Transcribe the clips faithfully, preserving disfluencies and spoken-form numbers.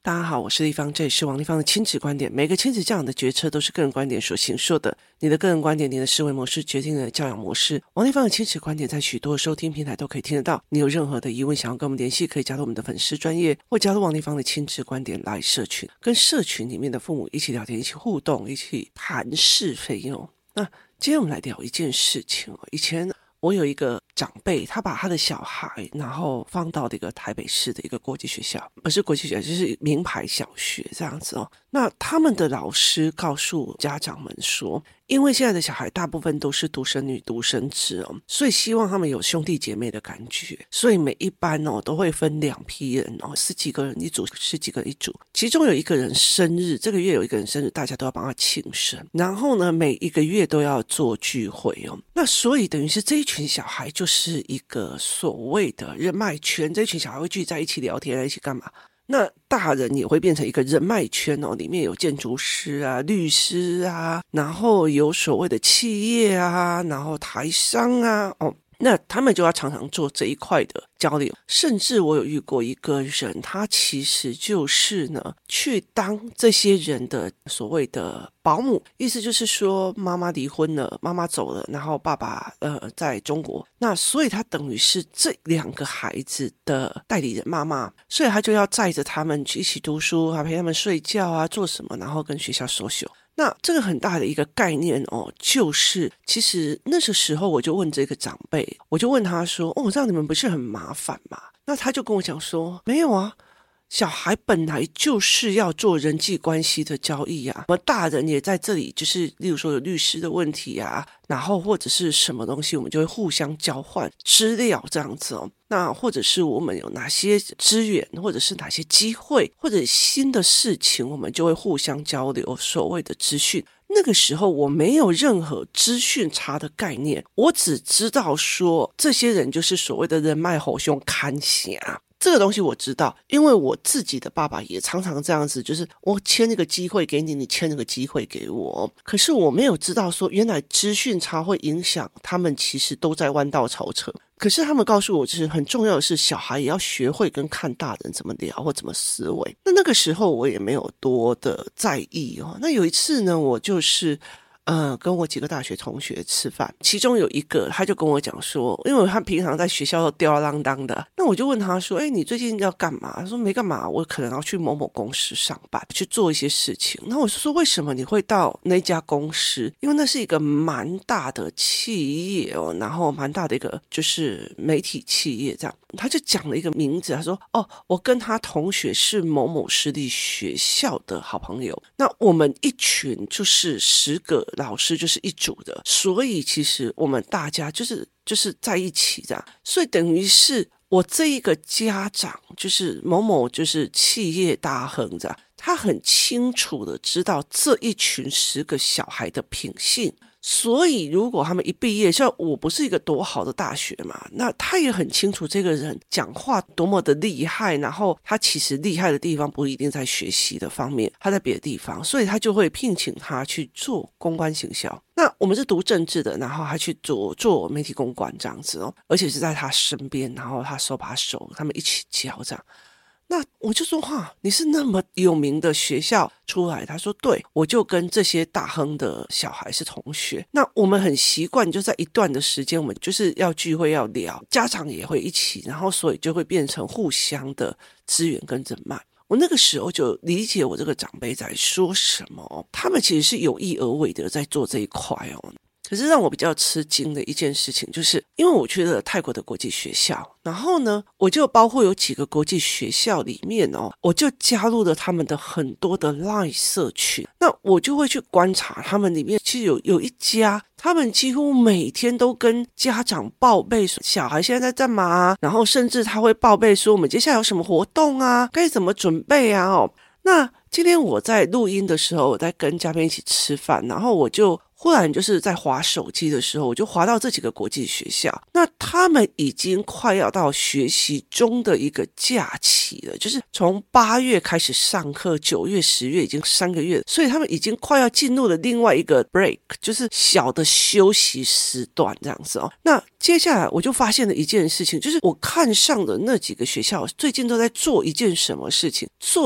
大家好，我是立方，这里是王立方的亲子观点。每个亲子教养的决策都是个人观点所形塑的，你的个人观点，你的思维模式决定了教养模式。王立方的亲子观点在许多收听平台都可以听得到。你有任何的疑问想要跟我们联系，可以加入我们的粉丝专页，或加入王立方的亲子观点来社群，跟社群里面的父母一起聊天，一起互动，一起谈是非哟。那今天我们来聊一件事情哦，以前我有一个长辈，他把他的小孩然后放到这个台北市的一个国际学校，不是国际学校，就是名牌小学这样子哦。那他们的老师告诉家长们说，因为现在的小孩大部分都是独生女独生子哦，所以希望他们有兄弟姐妹的感觉，所以每一班哦都会分两批人哦，十几个人一组，十几个人一组，其中有一个人生日，这个月有一个人生日，大家都要帮他庆生，然后呢每一个月都要做聚会哦。那所以等于是这一群小孩就是一个所谓的人脉圈，这一群小孩会聚在一起聊天，一起干嘛？那大人也会变成一个人脉圈哦，里面有建筑师啊、律师啊，然后有所谓的企业啊，然后台商啊，哦，那他们就要常常做这一块的交流。甚至我有遇过一个人，他其实就是呢去当这些人的所谓的保姆，意思就是说妈妈离婚了，妈妈走了，然后爸爸呃在中国，那所以他等于是这两个孩子的代理人妈妈，所以他就要载着他们一起读书啊，陪他们睡觉啊，做什么，然后跟学校social。那这个很大的一个概念哦，就是其实那个时候我就问这个长辈，我就问他说，哦，这样你们不是很麻烦吗？那他就跟我讲说，没有啊，小孩本来就是要做人际关系的交易啊，我们大人也在这里，就是例如说有律师的问题啊，然后或者是什么东西，我们就会互相交换资料这样子哦。那或者是我们有哪些资源，或者是哪些机会，或者新的事情，我们就会互相交流所谓的资讯。那个时候我没有任何资讯差的概念，我只知道说这些人就是所谓的人脉吼兄看侠。这个东西我知道，因为我自己的爸爸也常常这样子，就是我签一个机会给你，你签一个机会给我。可是我没有知道说，原来资讯差会影响他们，其实都在弯道超车。可是他们告诉我，就是很重要的是，小孩也要学会跟看大人怎么聊或怎么思维。那那个时候我也没有多的在意哦。那有一次呢，我就是呃，跟我几个大学同学吃饭，其中有一个他就跟我讲说，因为他平常在学校都吊儿郎当的，那我就问他说，哎，你最近要干嘛？他说没干嘛，我可能要去某某公司上班，去做一些事情。那我就说，为什么你会到那家公司？因为那是一个蛮大的企业哦，然后蛮大的一个就是媒体企业这样。他就讲了一个名字，他说，哦，我跟他同学是某某私立学校的好朋友，那我们一群就是十个老师就是一组的，所以其实我们大家就是就是在一起这样，所以等于是我这一个家长就是某某就是企业大亨这样，他很清楚的知道这一群十个小孩的品性。所以如果他们一毕业，像我不是一个多好的大学嘛，那他也很清楚这个人讲话多么的厉害，然后他其实厉害的地方不一定在学习的方面，他在别的地方，所以他就会聘请他去做公关行销。那我们是读政治的，然后他去做做媒体公关这样子哦，而且是在他身边，然后他手把手，他们一起教这样。那我就说哇，你是那么有名的学校出来？他说对，我就跟这些大亨的小孩是同学。那我们很习惯就在一段的时间，我们就是要聚会要聊，家长也会一起，然后所以就会变成互相的资源跟人脉。我那个时候就理解我这个长辈在说什么，他们其实是有意而为的在做这一块哦。可是让我比较吃惊的一件事情，就是因为我去了泰国的国际学校，然后呢，我就包括有几个国际学校里面哦，我就加入了他们的很多的 LINE 社群，那我就会去观察他们里面，其实有有一家，他们几乎每天都跟家长报备小孩现在在干嘛啊，然后甚至他会报备说我们接下来有什么活动啊，该怎么准备啊哦。那今天我在录音的时候，我在跟嘉宾一起吃饭，然后我就忽然就是在滑手机的时候，我就滑到这几个国际学校，那他们已经快要到学习中的一个假期了，就是从八月开始上课，九月十月已经三个月，所以他们已经快要进入了另外一个 break， 就是小的休息时段这样子哦。那接下来我就发现了一件事情，就是我看上的那几个学校最近都在做一件什么事情，做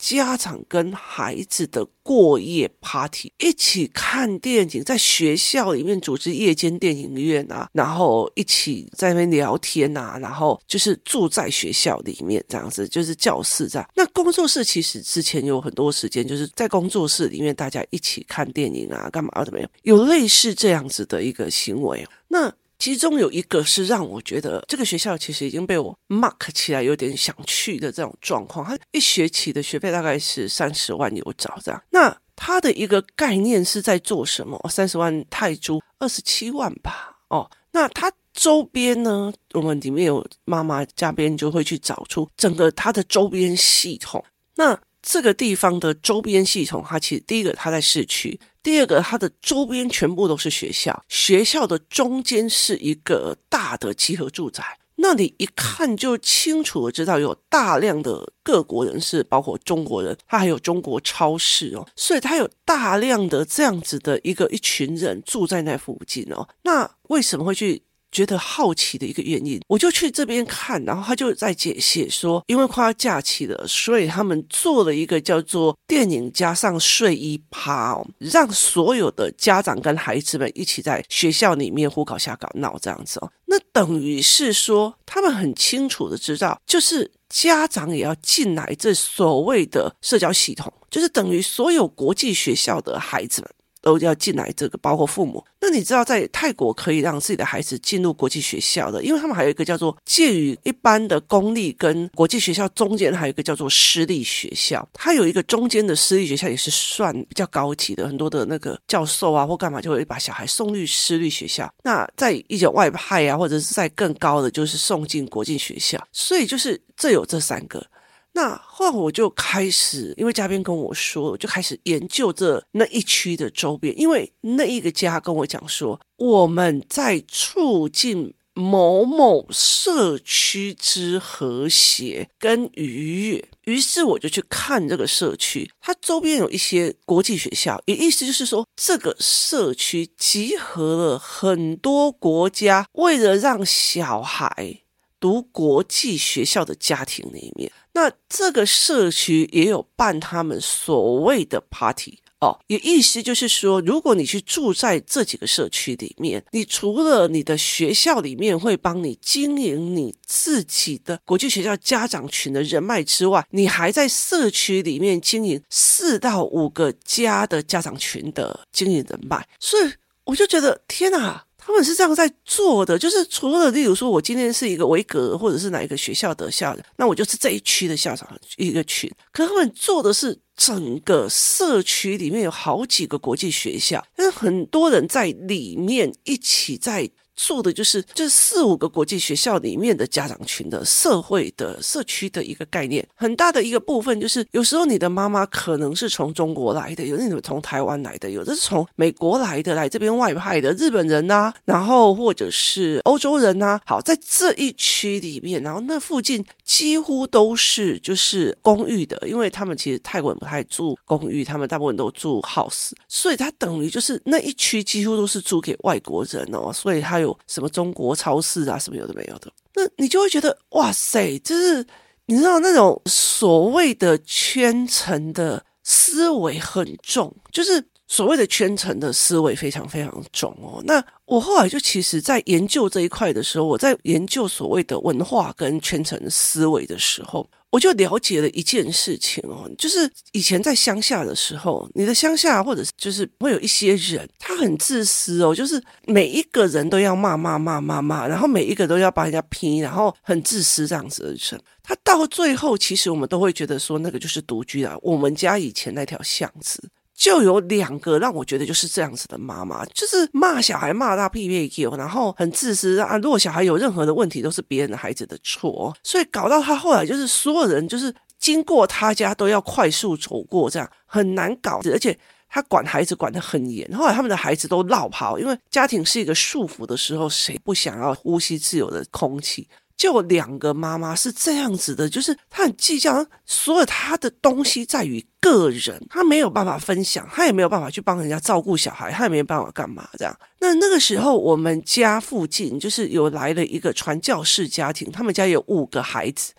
家长跟孩子的过夜 party， 一起看电影，在学校里面组织夜间电影院啊，然后一起在那边聊天啊，然后就是住在学校里面这样子，就是教室这样。那工作室其实之前有很多时间就是在工作室里面大家一起看电影啊，干嘛怎么样，有类似这样子的一个行为。那其中有一个是让我觉得这个学校其实已经被我 mark 起来有点想去的这种状况，它一学期的学费大概是三十万有找这样。那它的一个概念是在做什么？三十万泰铢二十七万吧。哦，那它周边呢，我们里面有妈妈家边就会去找出整个它的周边系统。那这个地方的周边系统，它其实第一个它在市区，第二个它的周边全部都是学校，学校的中间是一个大的集合住宅，那你一看就清楚的知道有大量的各国人士，包括中国人，它还有中国超市哦，所以它有大量的这样子的一个一群人住在那附近哦。那为什么会去觉得好奇的一个原因，我就去这边看，然后他就在解写说，因为快要假期了，所以他们做了一个叫做电影加上睡衣趴哦，让所有的家长跟孩子们一起在学校里面胡搞瞎搞闹这样子哦。那等于是说，他们很清楚的知道，就是家长也要进来这所谓的社交系统，就是等于所有国际学校的孩子们都要进来，这个包括父母。那你知道在泰国可以让自己的孩子进入国际学校的，因为他们还有一个叫做介于一般的公立跟国际学校中间，还有一个叫做私立学校。它有一个中间的私立学校也是算比较高级的，很多的那个教授啊或干嘛就会把小孩送去私立学校。那在一种外派啊，或者是在更高的就是送进国际学校。所以就是这有这三个。那后来我就开始，因为嘉宾跟我说，我就开始研究这那一区的周边，因为那一个家跟我讲说，我们在促进某某社区之和谐跟愉悦。于是我就去看这个社区，它周边有一些国际学校，也意思就是说，这个社区集合了很多国家为了让小孩读国际学校的家庭里面，那这个社区也有办他们所谓的 party 哦，也意思就是说，如果你去住在这几个社区里面，你除了你的学校里面会帮你经营你自己的国际学校家长群的人脉之外，你还在社区里面经营四到五个家的家长群的经营人脉。所以我就觉得天哪，他们是这样在做的，就是除了例如说我今天是一个维格或者是哪一个学校的校长，那我就是这一区的校长一个群，可他们做的是整个社区里面有好几个国际学校，但是很多人在里面一起在做的就是就是四五个国际学校里面的家长群的社会的社区的一个概念。很大的一个部分就是有时候你的妈妈可能是从中国来的，有的是从台湾来的，有的是从美国来的，来这边外派的日本人啊，然后或者是欧洲人啊。好，在这一区里面，然后那附近几乎都是就是公寓的，因为他们其实泰国人不太住公寓，他们大部分都住 house， 所以他等于就是那一区几乎都是租给外国人哦，所以他有什么中国超市啊，什么有的没有的，那你就会觉得哇塞，就是你知道那种所谓的圈层的思维很重，就是所谓的圈层的思维非常非常重哦。那我后来就其实在研究这一块的时候，我在研究所谓的文化跟圈层思维的时候，我就了解了一件事情哦，就是以前在乡下的时候，你的乡下或者就是会有一些人，他很自私哦，就是每一个人都要骂骂骂骂骂，然后每一个都要把人家批，然后很自私这样子的人，他到最后其实我们都会觉得说那个就是独居啊。我们家以前那条巷子就有两个让我觉得就是这样子的妈妈，就是骂小孩骂到屁屁叫，然后很自私啊。如果小孩有任何的问题，都是别人的孩子的错，所以搞到他后来就是所有人就是经过他家都要快速走过，这样很难搞，而且他管孩子管得很严。后来他们的孩子都落跑，因为家庭是一个束缚的时候，谁不想要呼吸自由的空气？就两个妈妈是这样子的，就是她很计较，所有她的东西在于个人，她没有办法分享，她也没有办法去帮人家照顾小孩，她也没有办法干嘛这样。那那个时候我们家附近就是有来了一个传教士家庭，他们家有五个孩子，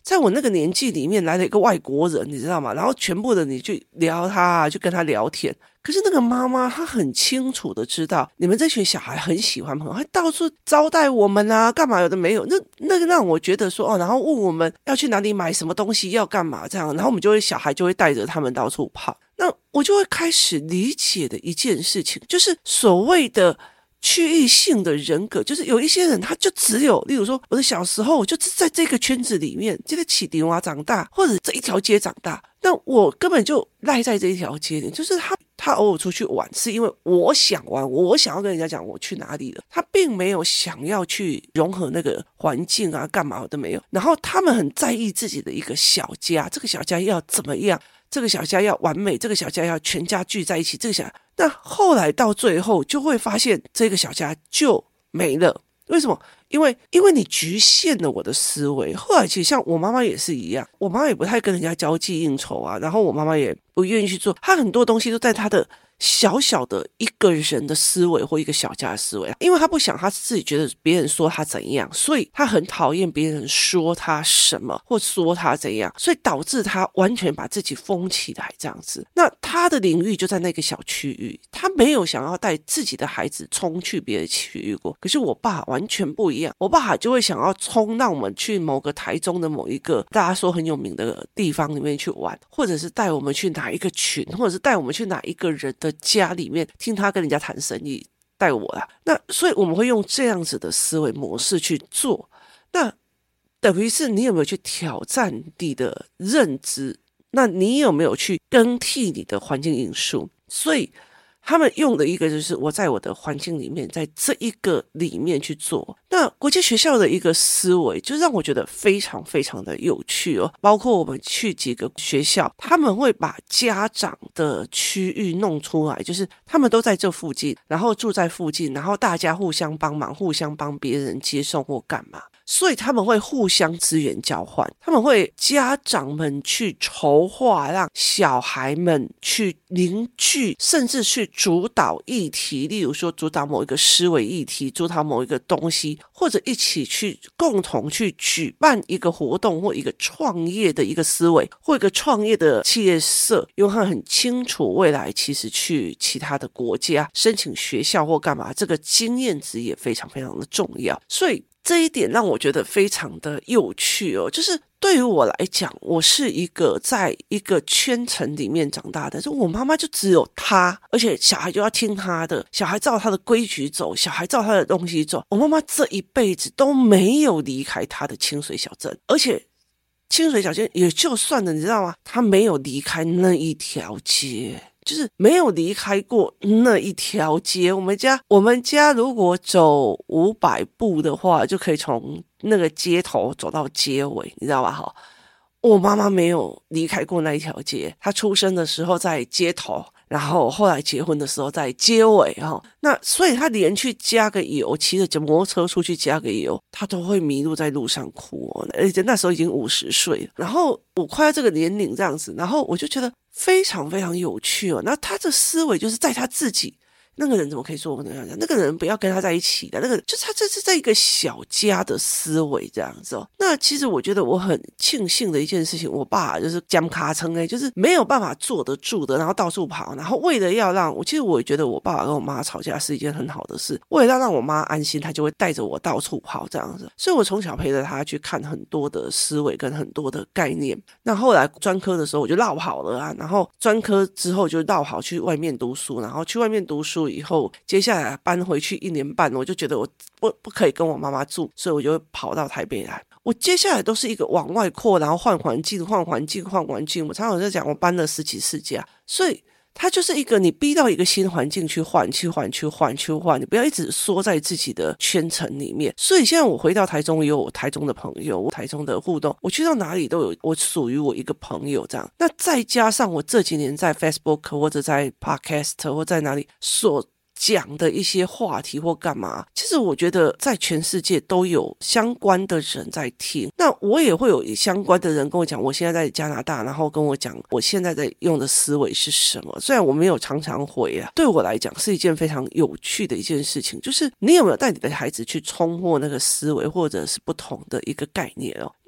在我那个年纪里面来了一个外国人，你知道吗？然后全部的你去聊他啊，就跟他聊天。可是那个妈妈她很清楚的知道，你们这群小孩很喜欢朋友，还到处招待我们啊，干嘛有的没有，那那个让我觉得说哦，然后问我们要去哪里买什么东西，要干嘛这样，然后我们就会小孩就会带着他们到处跑。那我就会开始理解的一件事情，就是所谓的区域性的人格，就是有一些人他就只有，例如说我的小时候我就是在这个圈子里面，这个起迪娃长大，或者这一条街长大，那我根本就赖在这一条街里，就是他他偶尔出去玩是因为我想玩，我想要跟人家讲我去哪里了，他并没有想要去融合那个环境啊，干嘛都没有。然后他们很在意自己的一个小家，这个小家要怎么样，这个小家要完美，这个小家要全家聚在一起，这个小那后来到最后就会发现这个小家就没了。为什么？因为因为你局限了我的思维。后来其实像我妈妈也是一样，我妈妈也不太跟人家交际应酬啊，然后我妈妈也不愿意去做，她很多东西都在她的小小的一个人的思维或一个小家的思维，因为她不想她自己觉得别人说她怎样，所以她很讨厌别人说她什么或说她怎样，所以导致她完全把自己封起来这样子。那她的领域就在那个小区域，她没有想要带自己的孩子冲去别的区域过。可是我爸完全不一样，我爸就会想要冲让我们去某个台中的某一个大家说很有名的地方里面去玩，或者是带我们去哪一个群，或者是带我们去哪一个人的家里面听他跟人家谈生意，带我啦。那所以我们会用这样子的思维模式去做，那等于是你有没有去挑战你的认知，那你有没有去更替你的环境因素。所以他们用的一个就是我在我的环境里面，在这一个里面去做。那国际学校的一个思维就让我觉得非常非常的有趣哦。包括我们去几个学校，他们会把家长的区域弄出来，就是他们都在这附近，然后住在附近，然后大家互相帮忙，互相帮别人接送或干嘛。所以他们会互相资源交换，他们会家长们去筹划，让小孩们去凝聚，甚至去主导议题，例如说主导某一个思维议题，主导某一个东西，或者一起去共同去举办一个活动，或一个创业的一个思维，或一个创业的企业社，因为他很清楚未来其实去其他的国家申请学校或干嘛，这个经验值也非常非常的重要。所以这一点让我觉得非常的有趣哦，就是对于我来讲，我是一个在一个圈层里面长大的，就我妈妈就只有她，而且小孩就要听她的，小孩照她的规矩走，小孩照她的东西走。我妈妈这一辈子都没有离开她的清水小镇，而且清水小镇也就算了，你知道吗？她没有离开那一条街。就是没有离开过那一条街，我们家我们家如果走五百步的话，就可以从那个街头走到街尾，你知道吧？哈，我妈妈没有离开过那一条街，她出生的时候在街头，然后后来结婚的时候在街尾哈。那所以她连去加个油，骑着摩托车出去加个油，她都会迷路在路上哭哦。而且那时候已经五十岁了，然后我快要这个年龄这样子，然后我就觉得非常非常有趣哦。那他的思维就是在他自己，那个人怎么可以说我那样讲？那个人不要跟他在一起的，那个就是他这是在一个小家的思维这样子哦。那其实我觉得我很庆幸的一件事情，我爸就是讲卡称哎，就是没有办法坐得住的，然后到处跑，然后为了要让我，其实我觉得我爸爸跟我妈吵架是一件很好的事，为了要让我妈安心，他就会带着我到处跑这样子。所以我从小陪着他去看很多的思维跟很多的概念。那后来专科的时候我就绕跑了啊，然后专科之后就绕跑去外面读书，然后去外面读书以后，接下来搬回去一年半，我就觉得我不不可以跟我妈妈住，所以我就跑到台北来。我接下来都是一个往外扩，然后换环境换环境换环境，我常常在讲我搬了十几次家，所以它就是一个你逼到一个新环境去换去换去换去换，你不要一直缩在自己的圈层里面。所以现在我回到台中，也有我台中的朋友，我台中的互动，我去到哪里都有我属于我一个朋友这样。那再加上我这几年在 Facebook 或者在 Podcast 或在哪里所讲的一些话题或干嘛，其实我觉得在全世界都有相关的人在听，那我也会有相关的人跟我讲我现在在加拿大，然后跟我讲我现在在用的思维是什么。虽然我没有常常回啊，对我来讲是一件非常有趣的一件事情，就是你有没有带你的孩子去冲破那个思维或者是不同的一个概念哦。那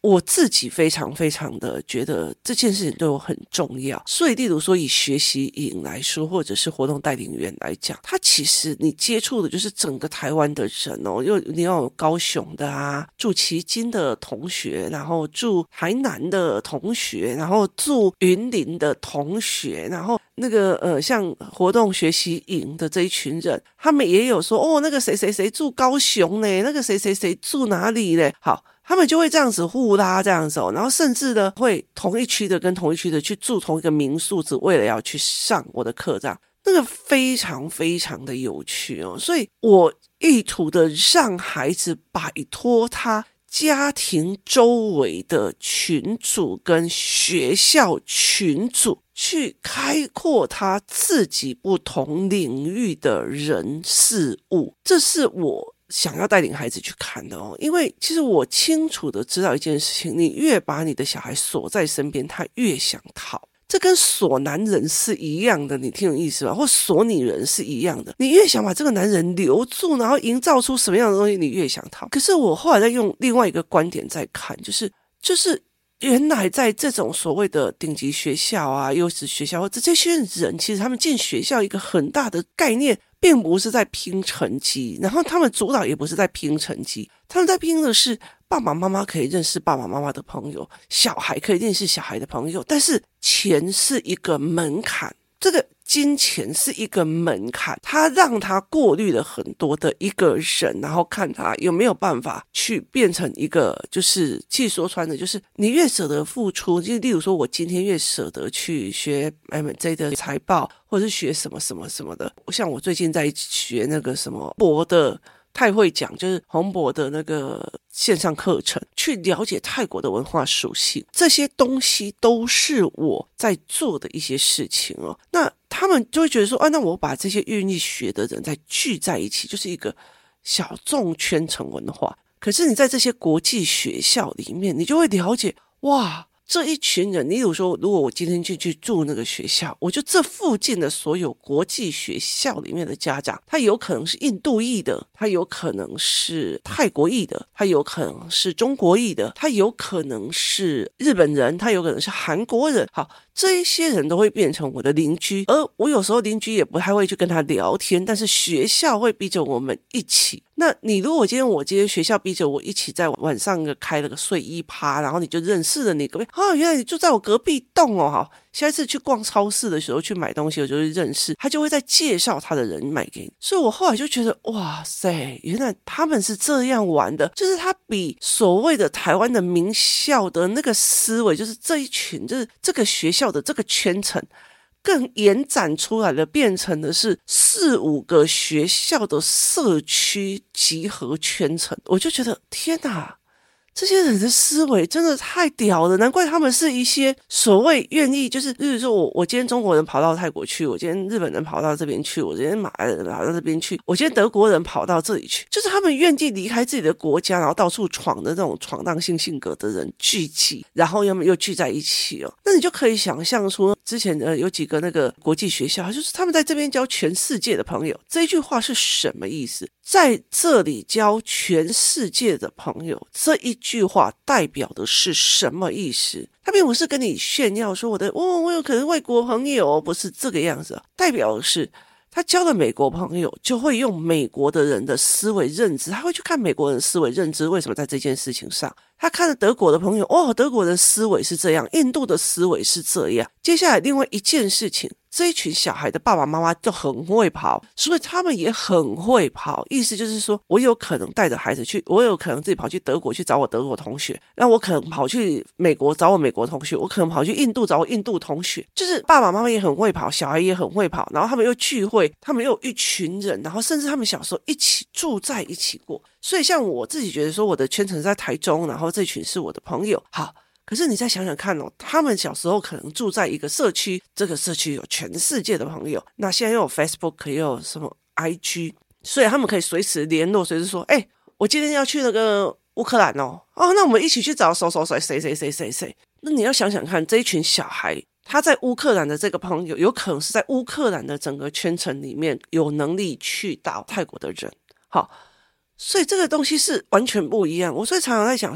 我自己非常非常的觉得这件事情对我很重要，所以例如说以学习营来说，或者是活动带领员来讲，他其实你接触的就是整个台湾的人哦，又你要有高雄的啊，住旗津的同学，然后住台南的同学，然后住云林的同学，然后那个呃像活动学习营的这一群人，他们也有说哦，那个谁谁谁住高雄呢，那个谁谁谁住哪里呢？好。他们就会这样子互拉这样子哦，然后甚至呢会同一区的跟同一区的去住同一个民宿，只为了要去上我的课，这样那个非常非常的有趣哦。所以我意图的让孩子摆脱他家庭周围的群组跟学校群组，去开阔他自己不同领域的人事物，这是我想要带领孩子去看的哦。因为其实我清楚的知道一件事情，你越把你的小孩锁在身边，他越想逃。这跟锁男人是一样的，你听有意思吧？或锁女人是一样的，你越想把这个男人留住，然后营造出什么样的东西，你越想逃。可是我后来在用另外一个观点在看，就是就是原来在这种所谓的顶级学校啊、优质学校，或者这些人其实他们进学校一个很大的概念并不是在拼成绩，然后他们主导也不是在拼成绩，他们在拼的是爸爸妈妈可以认识爸爸妈妈的朋友，小孩可以认识小孩的朋友，但是钱是一个门槛，这个金钱是一个门槛，他让他过滤了很多的一个人，然后看他有没有办法去变成一个，就是其实说穿的就是你越舍得付出，就例如说我今天越舍得去学 M J 的财报，或者是学什么什么什么的，像我最近在学那个什么博的太会讲，就是洪博的那个线上课程，去了解泰国的文化属性，这些东西都是我在做的一些事情哦。那他们就会觉得说，啊，那我把这些愿意学的人再聚在一起，就是一个小众圈层文化。可是你在这些国际学校里面，你就会了解，哇，这一群人，例如说，如果我今天就去住那个学校，我就这附近的所有国际学校里面的家长，他有可能是印度裔的，他有可能是泰国裔的，他有可能是中国裔的，他有可能是日本人，他有可能是韩国人。好，这一些人都会变成我的邻居，而我有时候邻居也不太会去跟他聊天，但是学校会逼着我们一起。那你如果今天我今天学校逼着我一起在晚上开了个睡衣趴，然后你就认识了你隔壁，哦，原来你就在我隔壁栋哦，好，下一次去逛超市的时候去买东西，我就会认识他，就会再介绍他的人买给你。所以我后来就觉得，哇塞，原来他们是这样玩的，就是他比所谓的台湾的名校的那个思维，就是这一群，就是这个学校的这个圈层，更延展出来的，变成的是四五个学校的社区集合圈层。我就觉得天哪，这些人的思维真的太屌了，难怪他们是一些所谓愿意，就是例如说我我今天中国人跑到泰国去，我今天日本人跑到这边去，我今天马来人跑到这边去，我今天德国人跑到这里去，就是他们愿意离开自己的国家，然后到处闯的这种闯荡性性格的人聚集，然后要么又聚在一起哦。那你就可以想象出之前呃有几个那个国际学校，就是他们在这边交全世界的朋友，这一句话是什么意思？在这里交全世界的朋友，这一句话代表的是什么意思？他并不是跟你炫耀说我的哦，我有可能外国朋友，不是这个样子，代表的是他交了美国朋友，就会用美国的人的思维认知，他会去看美国人的思维认知为什么在这件事情上。他看了德国的朋友，哦，德国人的思维是这样，印度的思维是这样。接下来另外一件事情，这一群小孩的爸爸妈妈就很会跑，所以他们也很会跑，意思就是说我有可能带着孩子去，我有可能自己跑去德国去找我德国同学，那我可能跑去美国找我美国同学，我可能跑去印度找我印度同学，就是爸爸妈妈也很会跑，小孩也很会跑，然后他们又聚会，他们又有一群人，然后甚至他们小时候一起住在一起过。所以像我自己觉得说我的圈层在台中，然后这群是我的朋友，好，可是你再想想看哦，他们小时候可能住在一个社区，这个社区有全世界的朋友，那现在又有 Facebook 又有什么 I G， 所以他们可以随时联络，随时说，哎，我今天要去那个乌克兰哦，哦，那我们一起去找手手谁谁谁谁谁谁。那你要想想看，这一群小孩他在乌克兰的这个朋友，有可能是在乌克兰的整个圈层里面有能力去到泰国的人，好。所以这个东西是完全不一样。我所以常常在想说，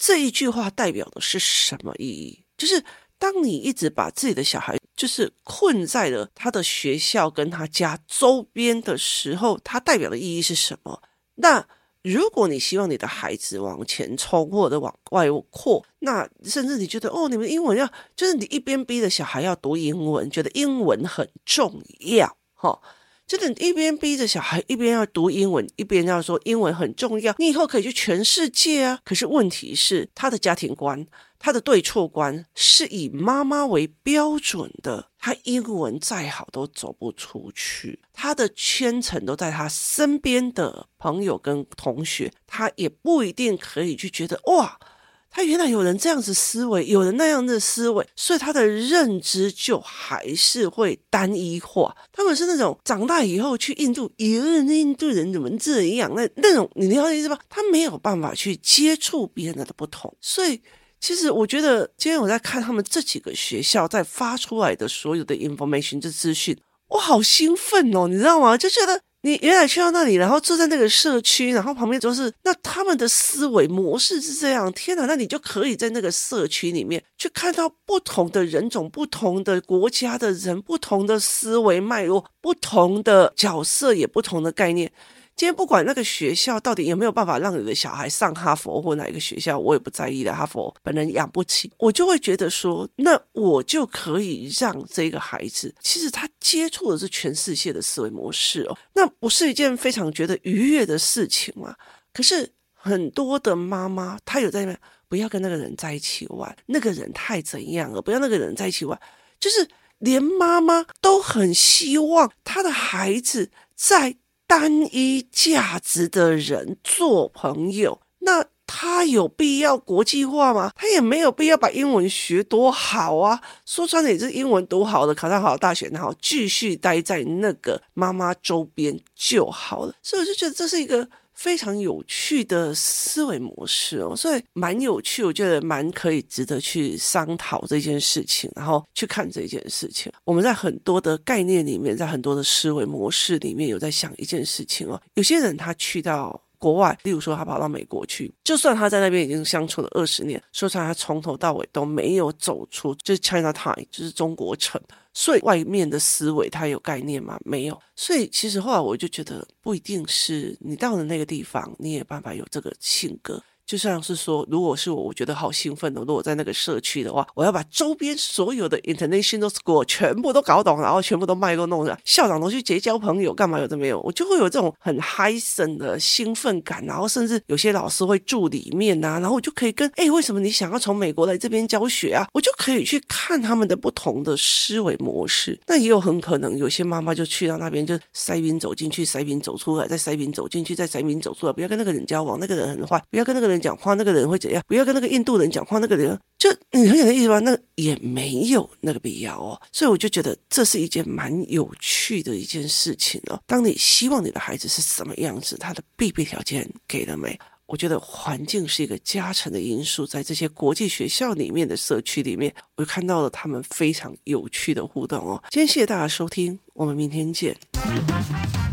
这一句话代表的是什么意义？就是当你一直把自己的小孩就是困在了他的学校跟他家周边的时候，它代表的意义是什么？那如果你希望你的孩子往前冲或者往外扩，那甚至你觉得哦，你们英文要就是你一边逼着小孩要读英文，觉得英文很重要，齁，就是你一边逼着小孩一边要读英文，一边要说英文很重要，你以后可以去全世界啊。可是问题是他的家庭观，他的对错观是以妈妈为标准的，他英文再好都走不出去，他的圈层都在他身边的朋友跟同学，他也不一定可以去觉得哇，他原来有人这样子思维，有人那样的思维，所以他的认知就还是会单一化。他们是那种长大以后去印度，咦，印度人怎么这样？那那种你了解意思吧？他没有办法去接触别人的不同，所以其实我觉得今天我在看他们这几个学校在发出来的所有的 information 这资讯，我好兴奋哦，你知道吗？就觉得你原来去到那里，然后住在那个社区，然后旁边都是那他们的思维模式是这样，天哪，那你就可以在那个社区里面去看到不同的人种、不同的国家的人、不同的思维脉络、不同的角色，也不同的概念。今天不管那个学校到底有没有办法让你的小孩上哈佛或哪一个学校，我也不在意的，哈佛本人养不起，我就会觉得说，那我就可以让这个孩子，其实他接触的是全世界的思维模式哦，那不是一件非常觉得愉悦的事情吗？可是很多的妈妈，她有在那边不要跟那个人在一起玩，那个人太怎样了，不要那个人在一起玩，就是连妈妈都很希望她的孩子在单一价值的人做朋友，那他有必要国际化吗？他也没有必要把英文学多好啊，说穿了也是英文读好的，考上好的大学，然后继续待在那个妈妈周边就好了。所以我就觉得这是一个非常有趣的思维模式哦，所以蛮有趣，我觉得蛮可以值得去商讨这件事情，然后去看这件事情。我们在很多的概念里面，在很多的思维模式里面有在想一件事情哦，有些人他去到国外，例如说他跑到美国去，就算他在那边已经相处了二十年，说出来他从头到尾都没有走出就是 Chinatown， 就是中国城，所以外面的思维他有概念吗？没有。所以其实后来我就觉得不一定是你到了那个地方你也有办法有这个性格，就像是说如果是我我觉得好兴奋的，如果在那个社区的话，我要把周边所有的 international school 全部都搞懂，然后全部都脉络弄上，校长都去结交朋友干嘛有的没有，我就会有这种很嗨森的兴奋感，然后甚至有些老师会住里面啊，然后我就可以跟哎，为什么你想要从美国来这边教学啊，我就可以去看他们的不同的思维模式。那也有很可能有些妈妈就去到那边就塞宾走进去，塞宾走出来，再塞宾走进去，再塞宾走出来，不要跟那个人交往，那个人很坏，不要跟那个人讲话，那个人会怎样，不要跟那个印度人讲话，那个人就你很有的意思吧，那也没有那个必要哦。所以我就觉得这是一件蛮有趣的一件事情哦。当你希望你的孩子是什么样子，他的必备条件给了没？我觉得环境是一个加成的因素，在这些国际学校里面的社区里面，我看到了他们非常有趣的互动哦。今天谢谢大家收听，我们明天见。